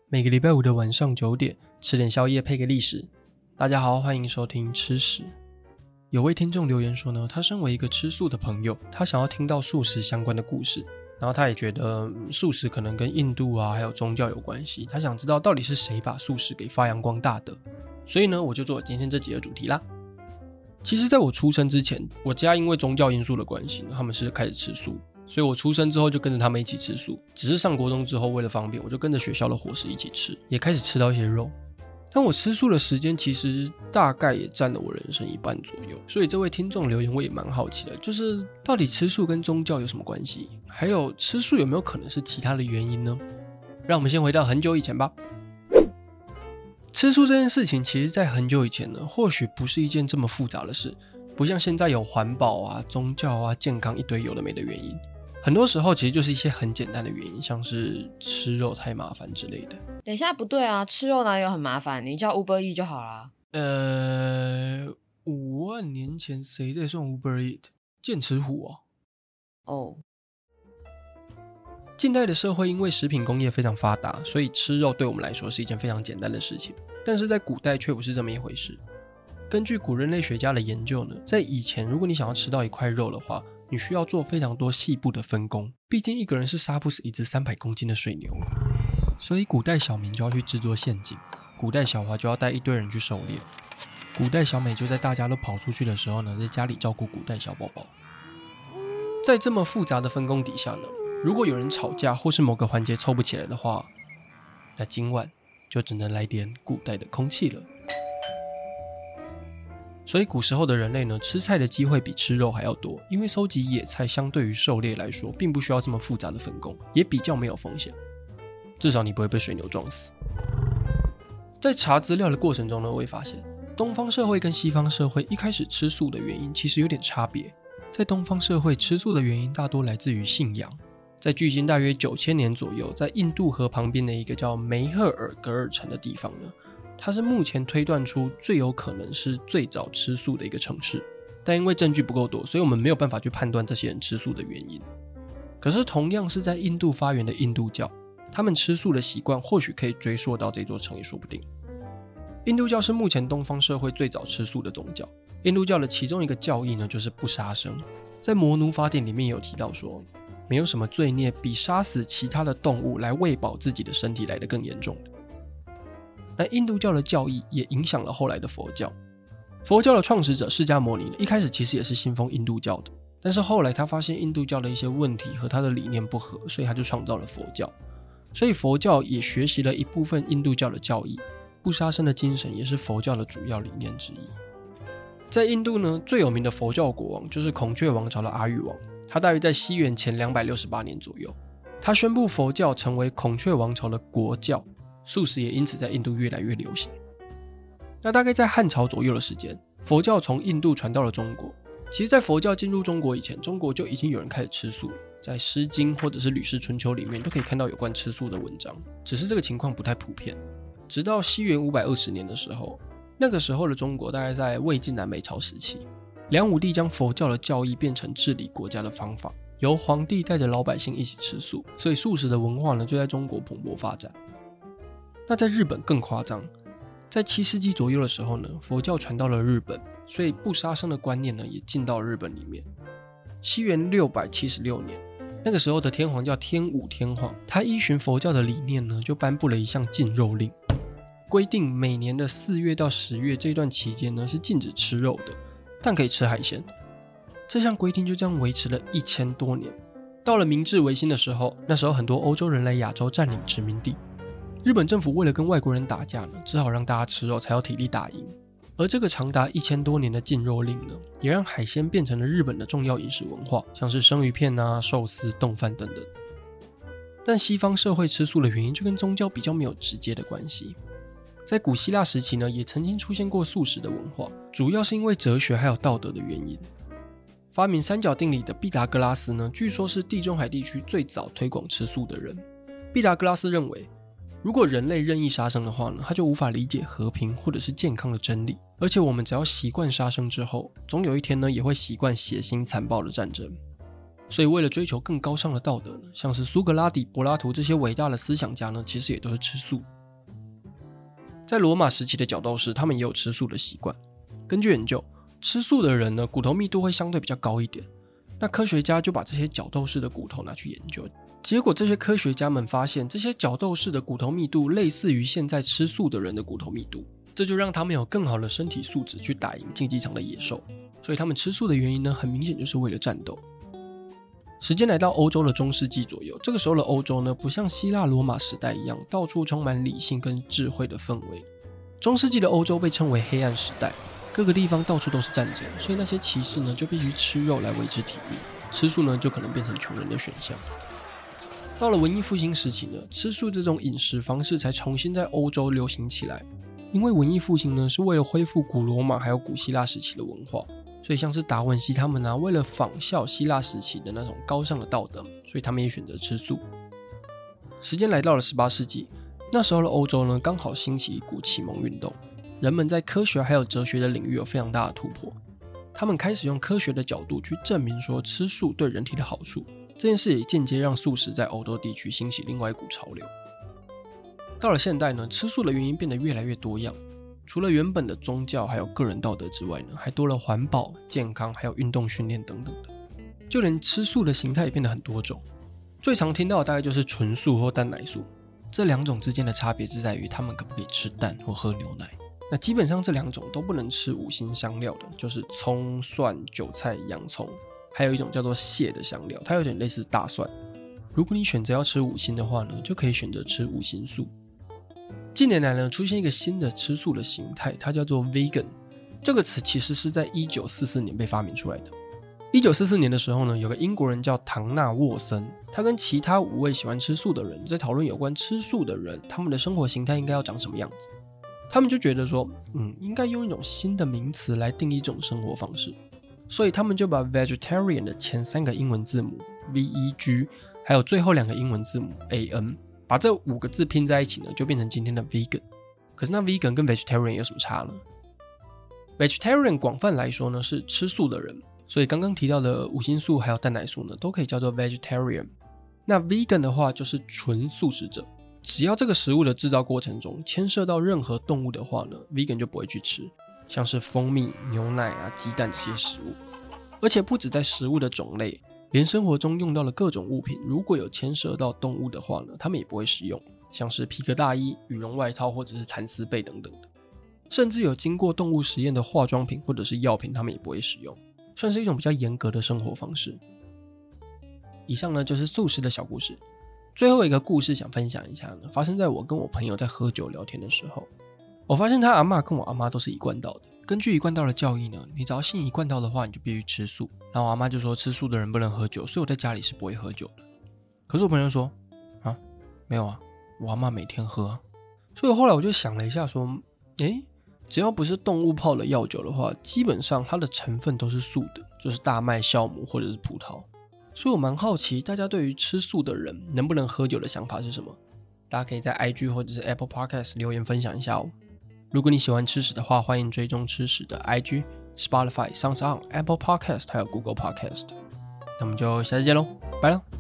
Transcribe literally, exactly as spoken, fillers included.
每个礼拜五的晚上九点，吃点宵夜配个历史。大家好，欢迎收听吃史。有位听众留言说呢，他身为一个吃素的朋友，他想要听到素食相关的故事，然后他也觉得、嗯、素食可能跟印度啊还有宗教有关系，他想知道到底是谁把素食给发扬光大的。所以呢，我就做今天这集的主题啦。其实在我出生之前，我家因为宗教因素的关系呢，他们是开始吃素，所以我出生之后就跟着他们一起吃素，只是上国中之后为了方便，我就跟着学校的伙食一起吃，也开始吃到一些肉。但我吃素的时间其实大概也占了我人生一半左右，所以这位听众留言我也蛮好奇的，就是到底吃素跟宗教有什么关系？还有吃素有没有可能是其他的原因呢？让我们先回到很久以前吧。吃素这件事情其实在很久以前呢，或许不是一件这么复杂的事，不像现在有环保啊、宗教啊、健康一堆有的没的原因。很多时候其实就是一些很简单的原因，像是吃肉太麻烦之类的。 等一下，不对啊，吃肉哪有很麻烦？你叫 Uber Eats 就好啦。 呃，五万年前谁在算 Uber Eats？ 剑齿虎哦。 哦。 近代的社会因为食品工业非常发达，所以吃肉对我们来说是一件非常简单的事情。但是在古代却不是这么一回事。根据古人类学家的研究呢，在以前如果你想要吃到一块肉的话，你需要做非常多细部的分工，毕竟一个人是杀不死一只三百公斤的水牛，所以古代小民就要去制作陷阱，古代小华就要带一堆人去狩猎，古代小美就在大家都跑出去的时候呢，在家里照顾古代小宝宝。在这么复杂的分工底下呢，如果有人吵架或是某个环节凑不起来的话，那今晚就只能来点古代的空气了。所以古时候的人类呢，吃菜的机会比吃肉还要多，因为收集野菜相对于狩猎来说，并不需要这么复杂的分工，也比较没有风险，至少你不会被水牛撞死。在查资料的过程中呢，我会发现东方社会跟西方社会一开始吃素的原因其实有点差别。在东方社会吃素的原因大多来自于信仰。在距今大约九千年左右，在印度河旁边的一个叫梅赫尔格尔城的地方呢，它是目前推断出最有可能是最早吃素的一个城市，但因为证据不够多，所以我们没有办法去判断这些人吃素的原因。可是同样是在印度发源的印度教，他们吃素的习惯或许可以追溯到这座城也说不定。印度教是目前东方社会最早吃素的宗教。印度教的其中一个教义呢，就是不杀生。在摩奴法典里面也有提到说，没有什么罪孽比杀死其他的动物来喂饱自己的身体来得更严重的。那印度教的教义也影响了后来的佛教。佛教的创始者释迦牟尼一开始其实也是信奉印度教的，但是后来他发现印度教的一些问题和他的理念不合，所以他就创造了佛教。所以佛教也学习了一部分印度教的教义，不杀生的精神也是佛教的主要理念之一。在印度呢，最有名的佛教国王就是孔雀王朝的阿育王，他大约在西元前两百六十八年左右，他宣布佛教成为孔雀王朝的国教，素食也因此在印度越来越流行。那大概在汉朝左右的时间，佛教从印度传到了中国。其实在佛教进入中国以前，中国就已经有人开始吃素了，在诗经或者是吕氏春秋里面都可以看到有关吃素的文章，只是这个情况不太普遍。直到西元五百二十年的时候，那个时候的中国大概在魏晋南北朝时期，梁武帝将佛教的教义变成治理国家的方法，由皇帝带着老百姓一起吃素，所以素食的文化呢就在中国蓬勃发展。那在日本更夸张，在七世纪左右的时候呢，佛教传到了日本，所以不杀生的观念呢也进到日本里面。西元六百七十六年，那个时候的天皇叫天武天皇，他依循佛教的理念呢，就颁布了一项禁肉令，规定每年的四月到十月这段期间呢是禁止吃肉的，但可以吃海鲜。这项规定就这样维持了一千多年。到了明治维新的时候，那时候很多欧洲人来亚洲占领殖民地，日本政府为了跟外国人打架呢，只好让大家吃肉才有体力打赢。而这个长达一千多年的禁肉令呢，也让海鲜变成了日本的重要饮食文化，像是生鱼片啊、寿司、冻饭等等。但西方社会吃素的原因就跟宗教比较没有直接的关系。在古希腊时期呢，也曾经出现过素食的文化，主要是因为哲学还有道德的原因。发明三角定理的毕达哥拉斯呢，据说是地中海地区最早推广吃素的人。毕达哥拉斯认为，如果人类任意杀生的话呢，他就无法理解和平或者是健康的真理。而且我们只要习惯杀生之后，总有一天呢，也会习惯血腥残暴的战争。所以为了追求更高尚的道德呢，像是苏格拉底、柏拉图这些伟大的思想家呢，其实也都是吃素。 在罗马时期的角斗士，他们也有吃素的习惯。根据研究，吃素的人呢，骨头密度会相对比较高一点。那科学家就把这些角斗士的骨头拿去研究，结果这些科学家们发现，这些角斗士的骨头密度类似于现在吃素的人的骨头密度，这就让他们有更好的身体素质去打赢竞技场的野兽。所以他们吃素的原因呢，很明显就是为了战斗。时间来到欧洲的中世纪左右，这个时候的欧洲呢，不像希腊罗马时代一样，到处充满理性跟智慧的氛围。中世纪的欧洲被称为黑暗时代，各个地方到处都是战争，所以那些骑士呢就必须吃肉来维持体力，吃素呢就可能变成穷人的选项。到了文艺复兴时期呢，吃素这种饮食方式才重新在欧洲流行起来。因为文艺复兴呢是为了恢复古罗马还有古希腊时期的文化，所以像是达文西他们啊，为了仿效希腊时期的那种高尚的道德，所以他们也选择吃素。时间来到了十八世纪，那时候的欧洲呢刚好兴起一股启蒙运动，人们在科学还有哲学的领域有非常大的突破，他们开始用科学的角度去证明说吃素对人体的好处。这件事也间接让素食在欧洲地区兴起另外一股潮流。到了现代呢，吃素的原因变得越来越多样，除了原本的宗教还有个人道德之外呢，还多了环保、健康还有运动训练等等的，就连吃素的形态也变得很多种。最常听到的大概就是纯素或蛋奶素，这两种之间的差别是在于他们可不可以吃蛋或喝牛奶。那基本上这两种都不能吃五辛香料的，就是葱、蒜、韭菜、洋葱，还有一种叫做蟹的香料，它有点类似大蒜。如果你选择要吃五辛的话呢，就可以选择吃五辛素。近年来呢，出现一个新的吃素的形态，它叫做 vegan。 这个词其实是在一九四四年被发明出来的。一九四四年的时候呢，有个英国人叫唐纳沃森，他跟其他五位喜欢吃素的人在讨论有关吃素的人他们的生活形态应该要长什么样子。他们就觉得说，嗯，应该用一种新的名词来定义这种生活方式，所以他们就把 vegetarian 的前三个英文字母 V E G 还有最后两个英文字母 A N， 把这五个字拼在一起呢，就变成今天的 vegan。 可是那 vegan 跟 vegetarian 有什么差呢？ vegetarian 广泛来说呢是吃素的人，所以刚刚提到的五辛素还有蛋奶素呢都可以叫做 vegetarian。 那 vegan 的话就是纯素食者，只要这个食物的制造过程中牵涉到任何动物的话呢， vegan 就不会去吃，像是蜂蜜、牛奶啊、鸡蛋这些食物。而且不只在食物的种类，连生活中用到的各种物品，如果有牵涉到动物的话呢，他们也不会使用，像是皮革大衣、羽绒外套或者是蚕丝被等等的。甚至有经过动物实验的化妆品或者是药品，他们也不会使用，算是一种比较严格的生活方式。以上呢就是素食的小故事。最后一个故事想分享一下呢，发生在我跟我朋友在喝酒聊天的时候。我发现他阿嬷跟我阿妈都是一贯道的，根据一贯道的教义呢，你只要信一贯道的话，你就必须吃素。然后我阿妈就说吃素的人不能喝酒，所以我在家里是不会喝酒的。可是我朋友说啊，没有啊，我阿嬷每天喝啊。所以后来我就想了一下说，诶，只要不是动物泡的药酒的话，基本上它的成分都是素的，就是大麦、酵母或者是葡萄。所以我蛮好奇大家对于吃素的人能不能喝酒的想法是什么，大家可以在 I G 或者是 Apple Podcast 留言分享一下哦。如果你喜欢吃史的话，欢迎追踪吃史的 I G、Spotify、SoundOn、Apple Podcast 还有 Google Podcast。那我们就下次见咯，拜了。